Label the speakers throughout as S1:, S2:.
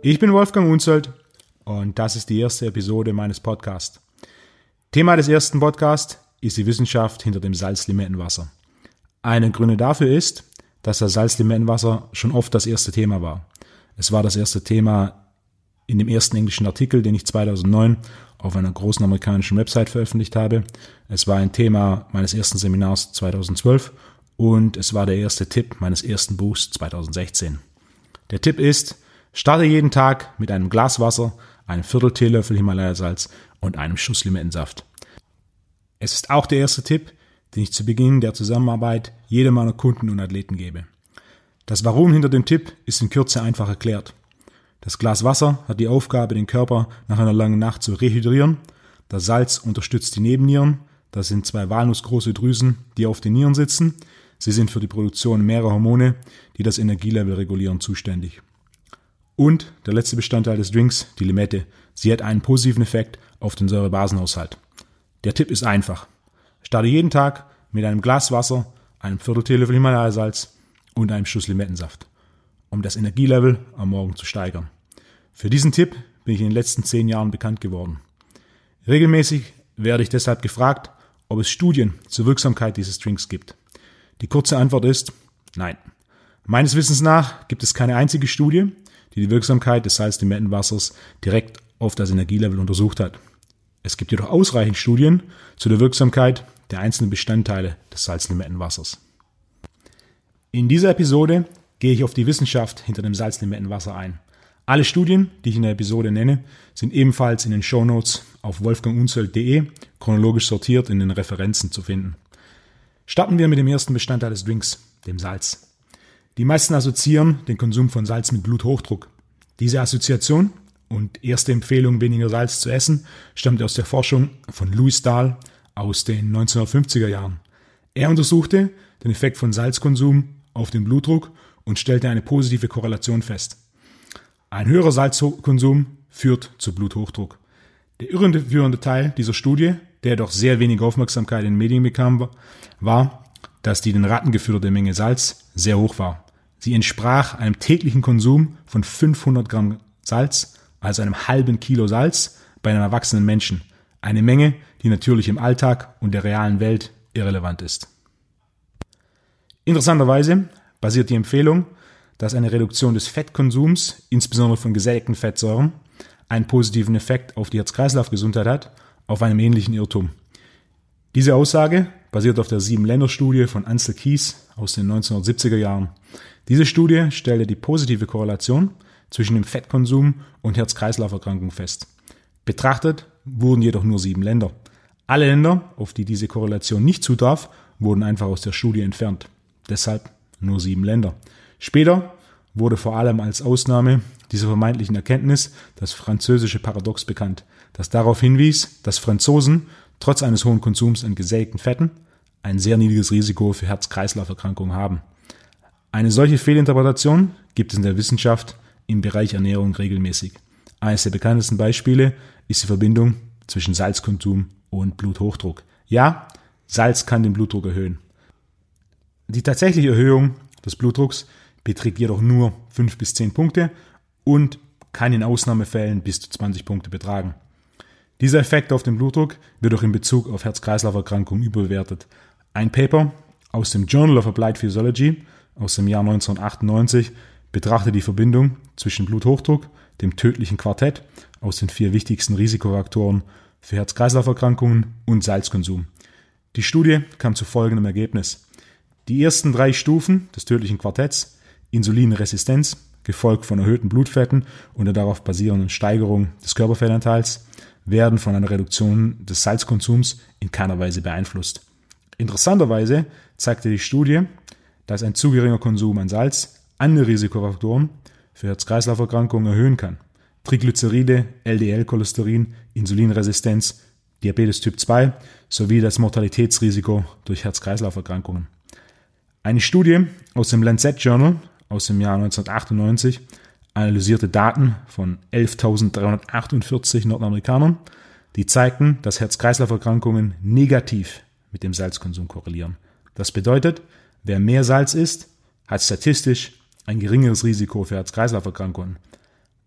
S1: Ich bin Wolfgang Unzelt und das ist die erste Episode meines Podcasts. Thema des ersten Podcasts ist die Wissenschaft hinter dem Salzlimettenwasser. Eine Gründe dafür ist, dass das Salzlimettenwasser schon oft das erste Thema war. Es war das erste Thema in dem ersten englischen Artikel, den ich 2009 auf einer großen amerikanischen Website veröffentlicht habe. Es war ein Thema meines ersten Seminars 2012 und es war der erste Tipp meines ersten Buchs 2016. Der Tipp ist: Starte jeden Tag mit einem Glas Wasser, einem Viertel-Teelöffel Himalaya-Salz und einem Schuss Limettensaft. Es ist auch der erste Tipp, den ich zu Beginn der Zusammenarbeit jedem meiner Kunden und Athleten gebe. Das Warum hinter dem Tipp ist in Kürze einfach erklärt. Das Glas Wasser hat die Aufgabe, den Körper nach einer langen Nacht zu rehydrieren. Das Salz unterstützt die Nebennieren. Das sind 2 walnussgroße Drüsen, die auf den Nieren sitzen. Sie sind für die Produktion mehrerer Hormone, die das Energielevel regulieren, zuständig. Und der letzte Bestandteil des Drinks, die Limette. Sie hat einen positiven Effekt auf den Säurebasenhaushalt. Der Tipp ist einfach. Starte jeden Tag mit einem Glas Wasser, einem Viertel-Teelöffel Himalaya-Salz und einem Schuss Limettensaft, um das Energielevel am Morgen zu steigern. Für diesen Tipp bin ich in den letzten 10 Jahren bekannt geworden. Regelmäßig werde ich deshalb gefragt, ob es Studien zur Wirksamkeit dieses Drinks gibt. Die kurze Antwort ist nein. Meines Wissens nach gibt es keine einzige Studie, die Wirksamkeit des Salzlimettenwassers direkt auf das Energielevel untersucht hat. Es gibt jedoch ausreichend Studien zu der Wirksamkeit der einzelnen Bestandteile des Salzlimettenwassers. In dieser Episode gehe ich auf die Wissenschaft hinter dem Salzlimettenwasser ein. Alle Studien, die ich in der Episode nenne, sind ebenfalls in den Shownotes auf wolfgangunzelt.de chronologisch sortiert in den Referenzen zu finden. Starten wir mit dem ersten Bestandteil des Drinks, dem Salz. Die meisten assoziieren den Konsum von Salz mit Bluthochdruck. Diese Assoziation und erste Empfehlung, weniger Salz zu essen, stammt aus der Forschung von Louis Dahl aus den 1950er Jahren. Er untersuchte den Effekt von Salzkonsum auf den Blutdruck und stellte eine positive Korrelation fest. Ein höherer Salzkonsum führt zu Bluthochdruck. Der irreführende Teil dieser Studie, der jedoch sehr wenig Aufmerksamkeit in den Medien bekam, war, dass die den Ratten gefütterte Menge Salz sehr hoch war. Sie entsprach einem täglichen Konsum von 500 Gramm Salz, also einem halben Kilo Salz, bei einem erwachsenen Menschen. Eine Menge, die natürlich im Alltag und der realen Welt irrelevant ist. Interessanterweise basiert die Empfehlung, dass eine Reduktion des Fettkonsums, insbesondere von gesättigten Fettsäuren, einen positiven Effekt auf die Herz-Kreislauf-Gesundheit hat, auf einem ähnlichen Irrtum. Diese Aussage basiert auf der 7-Länder-Studie von Ansel Keys aus den 1970er Jahren. Diese Studie stellte die positive Korrelation zwischen dem Fettkonsum und Herz-Kreislauf-Erkrankungen fest. Betrachtet wurden jedoch nur 7 Länder. Alle Länder, auf die diese Korrelation nicht zutraf, wurden einfach aus der Studie entfernt. Deshalb nur 7 Länder. Später wurde vor allem als Ausnahme dieser vermeintlichen Erkenntnis das französische Paradox bekannt, das darauf hinwies, dass Franzosen trotz eines hohen Konsums an gesättigten Fetten ein sehr niedriges Risiko für Herz-Kreislauf-Erkrankungen haben. Eine solche Fehlinterpretation gibt es in der Wissenschaft im Bereich Ernährung regelmäßig. Eines der bekanntesten Beispiele ist die Verbindung zwischen Salzkonsum und Bluthochdruck. Ja, Salz kann den Blutdruck erhöhen. Die tatsächliche Erhöhung des Blutdrucks beträgt jedoch nur 5 bis 10 Punkte und kann in Ausnahmefällen bis zu 20 Punkte betragen. Dieser Effekt auf den Blutdruck wird auch in Bezug auf Herz-Kreislauf-Erkrankungen überbewertet. Ein Paper aus dem Journal of Applied Physiology aus dem Jahr 1998 betrachtet die Verbindung zwischen Bluthochdruck, dem tödlichen Quartett aus den 4 wichtigsten Risikofaktoren für Herz-Kreislauf-Erkrankungen und Salzkonsum. Die Studie kam zu folgendem Ergebnis. Die ersten 3 Stufen des tödlichen Quartetts, Insulinresistenz, gefolgt von erhöhten Blutfetten und der darauf basierenden Steigerung des Körperfettanteils, werden von einer Reduktion des Salzkonsums in keiner Weise beeinflusst. Interessanterweise zeigte die Studie, dass ein zu geringer Konsum an Salz andere Risikofaktoren für Herz-Kreislauf-Erkrankungen erhöhen kann. Triglyceride, LDL-Cholesterin, Insulinresistenz, Diabetes Typ 2 sowie das Mortalitätsrisiko durch Herz-Kreislauf-Erkrankungen. Eine Studie aus dem Lancet Journal aus dem Jahr 1998 analysierte Daten von 11.348 Nordamerikanern, die zeigten, dass Herz-Kreislauf-Erkrankungen negativ mit dem Salzkonsum korrelieren. Das bedeutet, wer mehr Salz isst, hat statistisch ein geringeres Risiko für Herz-Kreislauf-Erkrankungen.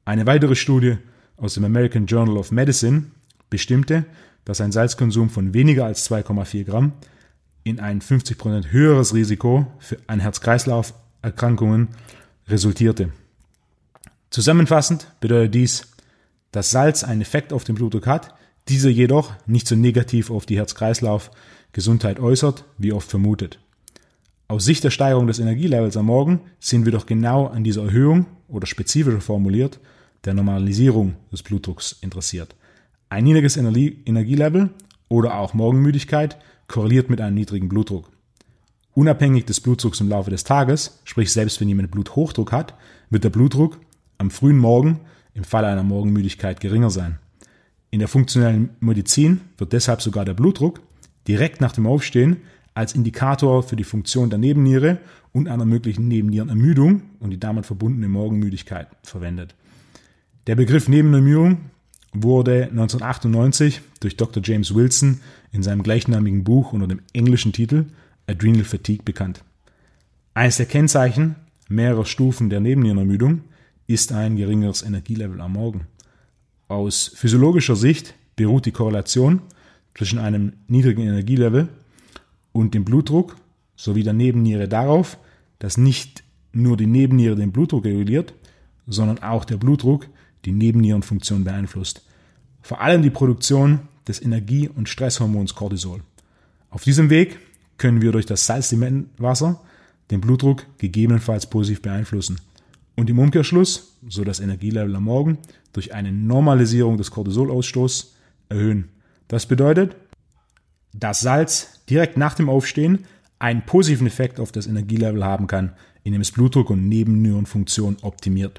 S1: Eine weitere Studie aus dem American Journal of Medicine bestimmte, dass ein Salzkonsum von weniger als 2,4 Gramm in ein 50% höheres Risiko an Herz-Kreislauf-Erkrankungen resultierte. Zusammenfassend bedeutet dies, dass Salz einen Effekt auf den Blutdruck hat, dieser jedoch nicht so negativ auf die Herz-Kreislauf-Gesundheit äußert, wie oft vermutet. Aus Sicht der Steigerung des Energielevels am Morgen sind wir doch genau an dieser Erhöhung oder spezifischer formuliert der Normalisierung des Blutdrucks interessiert. Ein niedriges Energielevel oder auch Morgenmüdigkeit korreliert mit einem niedrigen Blutdruck. Unabhängig des Blutdrucks im Laufe des Tages, sprich selbst wenn jemand Bluthochdruck hat, wird der Blutdruck am frühen Morgen im Falle einer Morgenmüdigkeit geringer sein. In der funktionellen Medizin wird deshalb sogar der Blutdruck direkt nach dem Aufstehen als Indikator für die Funktion der Nebenniere und einer möglichen Nebennierenermüdung und die damit verbundene Morgenmüdigkeit verwendet. Der Begriff Nebenermüdung wurde 1998 durch Dr. James Wilson in seinem gleichnamigen Buch unter dem englischen Titel Adrenal Fatigue bekannt. Eines der Kennzeichen mehrerer Stufen der Nebennierenermüdung ist ein geringeres Energielevel am Morgen. Aus physiologischer Sicht beruht die Korrelation zwischen einem niedrigen Energielevel und dem Blutdruck sowie der Nebenniere darauf, dass nicht nur die Nebenniere den Blutdruck reguliert, sondern auch der Blutdruck die Nebennierenfunktion beeinflusst. Vor allem die Produktion des Energie- und Stresshormons Cortisol. Auf diesem Weg können wir durch das Salzlimettenwasser den Blutdruck gegebenenfalls positiv beeinflussen und im Umkehrschluss so das Energielevel am Morgen durch eine Normalisierung des Cortisolausstoßes erhöhen. Das bedeutet, dass Salz direkt nach dem Aufstehen einen positiven Effekt auf das Energielevel haben kann, indem es Blutdruck und Nebennierenfunktion optimiert.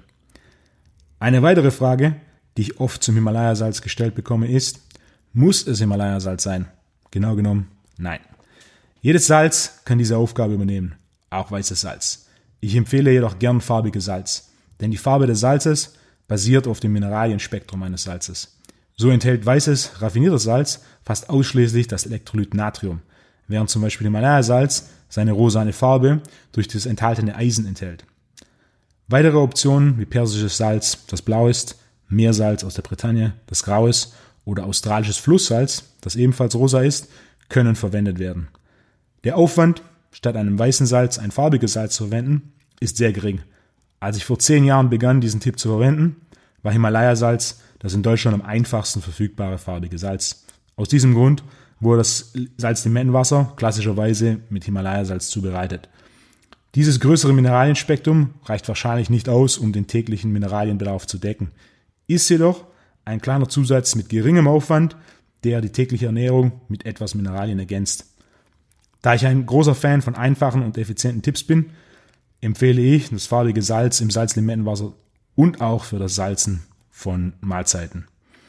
S1: Eine weitere Frage, die ich oft zum Himalaya-Salz gestellt bekomme, ist, muss es Himalaya-Salz sein? Genau genommen, nein. Jedes Salz kann diese Aufgabe übernehmen, auch weißes Salz. Ich empfehle jedoch gern farbiges Salz, denn die Farbe des Salzes basiert auf dem Mineralienspektrum eines Salzes. So enthält weißes, raffiniertes Salz fast ausschließlich das Elektrolyt Natrium, während zum Beispiel Himalaya-Salz seine rosane Farbe durch das enthaltene Eisen enthält. Weitere Optionen wie persisches Salz, das blau ist, Meersalz aus der Bretagne, das grau ist, oder australisches Flusssalz, das ebenfalls rosa ist, können verwendet werden. Der Aufwand, statt einem weißen Salz ein farbiges Salz zu verwenden, ist sehr gering. Als ich vor 10 Jahren begann, diesen Tipp zu verwenden, war Himalaya-Salz das in Deutschland am einfachsten verfügbare farbige Salz. Aus diesem Grund wurde das Salzlimettenwasser klassischerweise mit Himalaya-Salz zubereitet. Dieses größere Mineralienspektrum reicht wahrscheinlich nicht aus, um den täglichen Mineralienbedarf zu decken, ist jedoch ein kleiner Zusatz mit geringem Aufwand, der die tägliche Ernährung mit etwas Mineralien ergänzt. Da ich ein großer Fan von einfachen und effizienten Tipps bin, empfehle ich das farbige Salz im Salzlimettenwasser und auch für das Salzen von Mahlzeiten.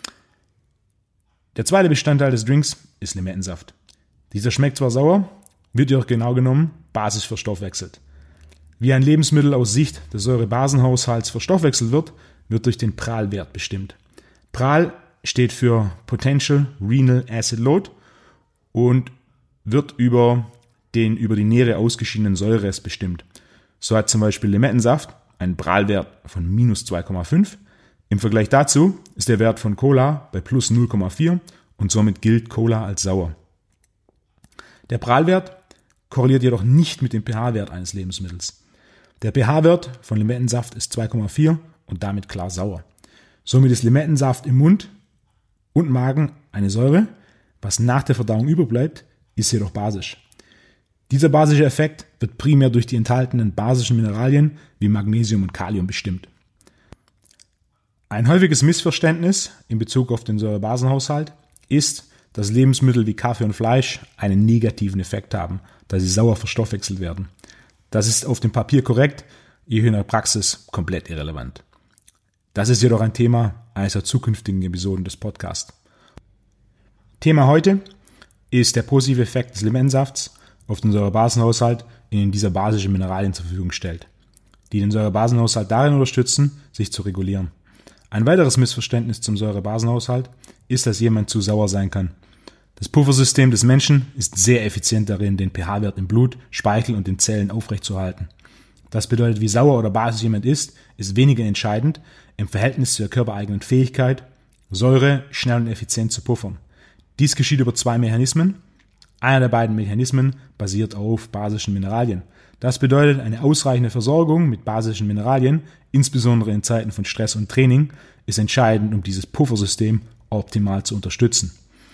S1: Der zweite Bestandteil des Drinks ist Limettensaft. Dieser schmeckt zwar sauer, wird jedoch genau genommen basisch verstoffwechselt. Wie ein Lebensmittel aus Sicht des Säurebasenhaushalts verstoffwechselt wird, wird durch den PRAL-Wert bestimmt. PRAL steht für Potential Renal Acid Load und wird über den über die Niere ausgeschiedenen Säurerest bestimmt. So hat zum Beispiel Limettensaft einen PRAL-Wert von minus 2,5. Im Vergleich dazu ist der Wert von Cola bei plus 0,4 und somit gilt Cola als sauer. Der PRAL-Wert korreliert jedoch nicht mit dem pH-Wert eines Lebensmittels. Der pH-Wert von Limettensaft ist 2,4 und damit klar sauer. Somit ist Limettensaft im Mund und Magen eine Säure, was nach der Verdauung überbleibt, ist jedoch basisch. Dieser basische Effekt wird primär durch die enthaltenen basischen Mineralien wie Magnesium und Kalium bestimmt. Ein häufiges Missverständnis in Bezug auf den Säurebasenhaushalt ist, dass Lebensmittel wie Kaffee und Fleisch einen negativen Effekt haben, da sie sauer verstoffwechselt werden. Das ist auf dem Papier korrekt, jedoch in der Praxis komplett irrelevant. Das ist jedoch ein Thema eines der zukünftigen Episoden des Podcasts. Thema heute ist der positive Effekt des Limettensafts auf den Säurebasenhaushalt, in dem dieser basische Mineralien zur Verfügung stellt, die den Säurebasenhaushalt darin unterstützen, sich zu regulieren. Ein weiteres Missverständnis zum Säurebasenhaushalt ist, dass jemand zu sauer sein kann. Das Puffersystem des Menschen ist sehr effizient darin, den pH-Wert im Blut, Speichel und den Zellen aufrechtzuerhalten. Das bedeutet, wie sauer oder basisch jemand ist weniger entscheidend im Verhältnis zu der körpereigenen Fähigkeit, Säure schnell und effizient zu puffern. Dies geschieht über zwei Mechanismen. Einer der beiden Mechanismen basiert auf basischen Mineralien. Das bedeutet, eine ausreichende Versorgung mit basischen Mineralien, insbesondere in Zeiten von Stress und Training, ist entscheidend, um dieses Puffersystem optimal zu unterstützen.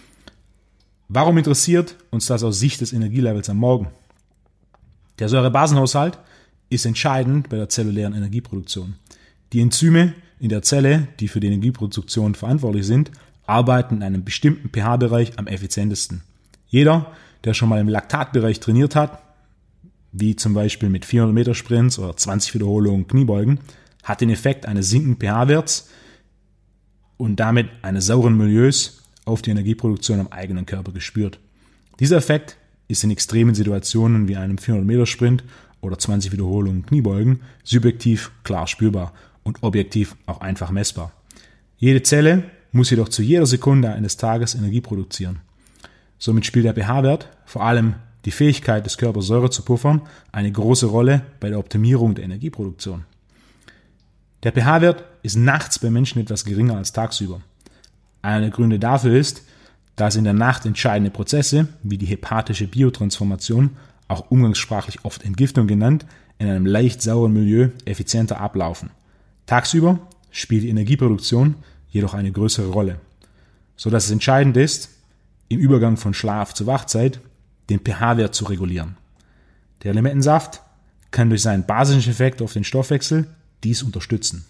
S1: Warum interessiert uns das aus Sicht des Energielevels am Morgen? Der Säurebasenhaushalt ist entscheidend bei der zellulären Energieproduktion. Die Enzyme in der Zelle, die für die Energieproduktion verantwortlich sind, arbeiten in einem bestimmten pH-Bereich am effizientesten. Jeder, der schon mal im Laktatbereich trainiert hat, wie zum Beispiel mit 400 Meter Sprints oder 20 Wiederholungen Kniebeugen, hat den Effekt eines sinkenden pH-Werts und damit eines sauren Milieus auf die Energieproduktion am eigenen Körper gespürt. Dieser Effekt ist in extremen Situationen wie einem 400 Meter Sprint oder 20 Wiederholungen Kniebeugen subjektiv klar spürbar und objektiv auch einfach messbar. Jede Zelle muss jedoch zu jeder Sekunde eines Tages Energie produzieren. Somit spielt der pH-Wert, vor allem die Fähigkeit des Körpers Säure zu puffern, eine große Rolle bei der Optimierung der Energieproduktion. Der pH-Wert ist nachts bei Menschen etwas geringer als tagsüber. Einer der Gründe dafür ist, dass in der Nacht entscheidende Prozesse, wie die hepatische Biotransformation, auch umgangssprachlich oft Entgiftung genannt, in einem leicht sauren Milieu effizienter ablaufen. Tagsüber spielt die Energieproduktion jedoch eine größere Rolle, sodass es entscheidend ist, im Übergang von Schlaf zu Wachzeit den pH-Wert zu regulieren. Der Limettensaft kann durch seinen basischen Effekt auf den Stoffwechsel dies unterstützen.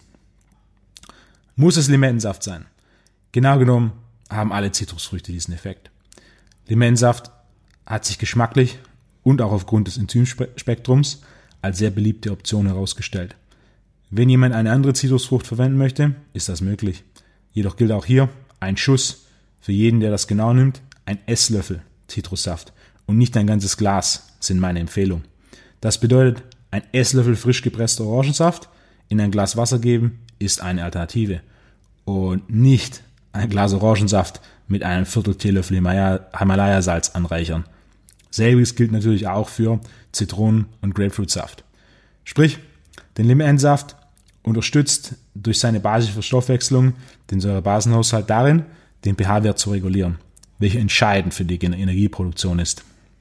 S1: Muss es Limettensaft sein? Genau genommen haben alle Zitrusfrüchte diesen Effekt. Limettensaft hat sich geschmacklich und auch aufgrund des Enzymspektrums als sehr beliebte Option herausgestellt. Wenn jemand eine andere Zitrusfrucht verwenden möchte, ist das möglich. Jedoch gilt auch hier ein Schuss für jeden, der das genau nimmt, ein Esslöffel Zitrussaft und nicht ein ganzes Glas sind meine Empfehlung. Das bedeutet, ein Esslöffel frisch gepresster Orangensaft in ein Glas Wasser geben ist eine Alternative und nicht ein Glas Orangensaft mit einem Viertel Teelöffel Himalaya-Salz anreichern. Selbiges gilt natürlich auch für Zitronen- und Grapefruitsaft. Sprich, den Limettensaft unterstützt durch seine basische Verstoffwechslung den Säurebasenhaushalt darin, den pH-Wert zu regulieren, welcher entscheidend für die Energieproduktion ist.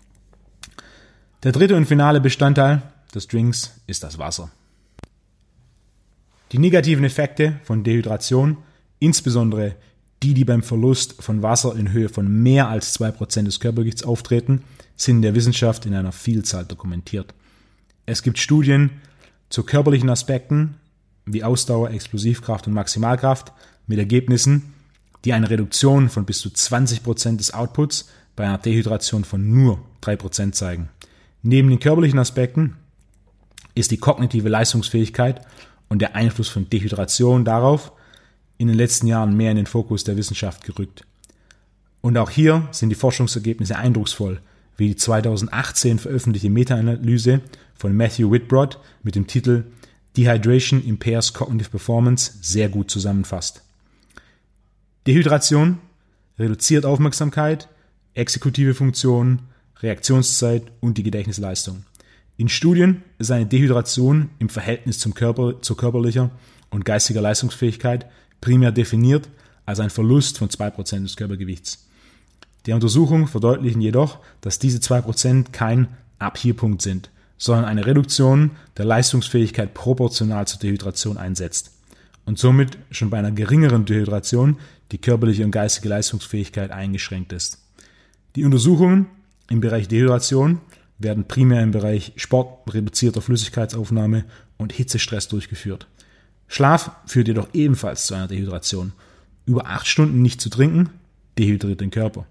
S1: Der dritte und finale Bestandteil des Drinks ist das Wasser. Die negativen Effekte von Dehydration, insbesondere die beim Verlust von Wasser in Höhe von mehr als 2% des Körpergewichts auftreten, sind in der Wissenschaft in einer Vielzahl dokumentiert. Es gibt Studien zu körperlichen Aspekten wie Ausdauer, Explosivkraft und Maximalkraft mit Ergebnissen, die eine Reduktion von bis zu 20% des Outputs bei einer Dehydration von nur 3% zeigen. Neben den körperlichen Aspekten ist die kognitive Leistungsfähigkeit und der Einfluss von Dehydration darauf in den letzten Jahren mehr in den Fokus der Wissenschaft gerückt. Und auch hier sind die Forschungsergebnisse eindrucksvoll, wie die 2018 veröffentlichte Meta-Analyse von Matthew Whitbrod mit dem Titel Dehydration Impairs Cognitive Performance sehr gut zusammenfasst. Dehydration reduziert Aufmerksamkeit, exekutive Funktionen, Reaktionszeit und die Gedächtnisleistung. In Studien ist eine Dehydration im Verhältnis zur körperlicher und geistiger Leistungsfähigkeit primär definiert als ein Verlust von 2% des Körpergewichts. Die Untersuchungen verdeutlichen jedoch, dass diese 2% kein Abhierpunkt sind, sondern eine Reduktion der Leistungsfähigkeit proportional zur Dehydration einsetzt und somit schon bei einer geringeren Dehydration die körperliche und geistige Leistungsfähigkeit eingeschränkt ist. Die Untersuchungen im Bereich Dehydration werden primär im Bereich sportreduzierter Flüssigkeitsaufnahme und Hitzestress durchgeführt. Schlaf führt jedoch ebenfalls zu einer Dehydration. Über 8 Stunden nicht zu trinken, dehydriert den Körper.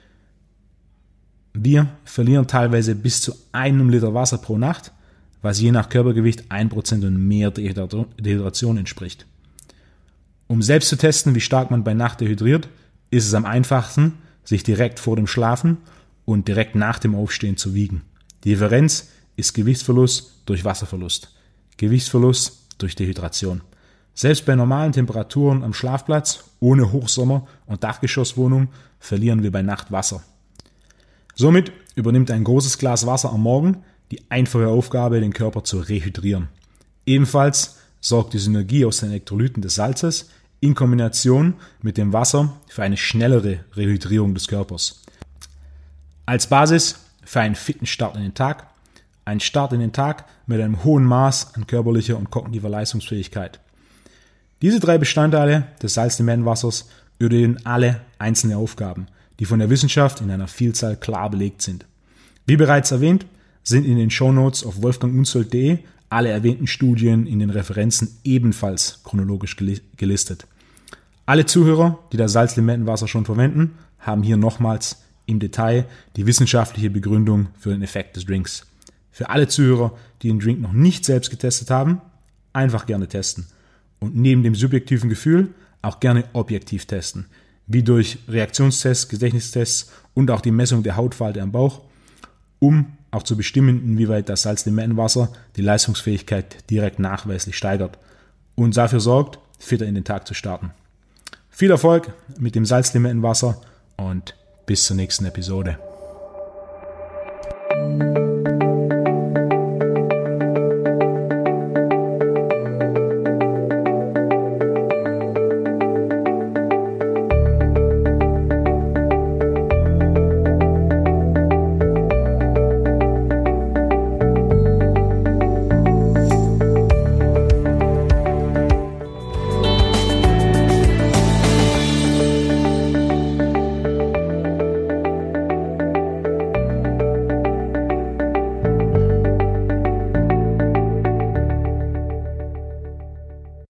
S1: Wir verlieren teilweise bis zu 1 Liter Wasser pro Nacht, was je nach Körpergewicht 1% und mehr Dehydration entspricht. Um selbst zu testen, wie stark man bei Nacht dehydriert, ist es am einfachsten, sich direkt vor dem Schlafen und direkt nach dem Aufstehen zu wiegen. Die Differenz ist Gewichtsverlust durch Wasserverlust. Gewichtsverlust durch Dehydration. Selbst bei normalen Temperaturen am Schlafplatz, ohne Hochsommer- und Dachgeschosswohnung, verlieren wir bei Nacht Wasser. Somit übernimmt ein großes Glas Wasser am Morgen die einfache Aufgabe, den Körper zu rehydrieren. Ebenfalls sorgt die Synergie aus den Elektrolyten des Salzes in Kombination mit dem Wasser für eine schnellere Rehydrierung des Körpers. Als Basis für einen fitten Start in den Tag, ein Start in den Tag mit einem hohen Maß an körperlicher und kognitiver Leistungsfähigkeit. Diese 3 Bestandteile des Salzlimettenwassers übernehmen alle einzelne Aufgaben, die von der Wissenschaft in einer Vielzahl klar belegt sind. Wie bereits erwähnt, sind in den Shownotes auf wolfgangunzold.de alle erwähnten Studien in den Referenzen ebenfalls chronologisch gelistet. Alle Zuhörer, die das Salzlimettenwasser schon verwenden, haben hier nochmals im Detail die wissenschaftliche Begründung für den Effekt des Drinks. Für alle Zuhörer, die den Drink noch nicht selbst getestet haben, einfach gerne testen. Und neben dem subjektiven Gefühl auch gerne objektiv testen, wie durch Reaktionstests, Gedächtnistests und auch die Messung der Hautfalte am Bauch, um auch zu bestimmen, inwieweit das Salzlimettenwasser die Leistungsfähigkeit direkt nachweislich steigert und dafür sorgt, fitter in den Tag zu starten. Viel Erfolg mit dem Salzlimettenwasser und bis zur nächsten Episode.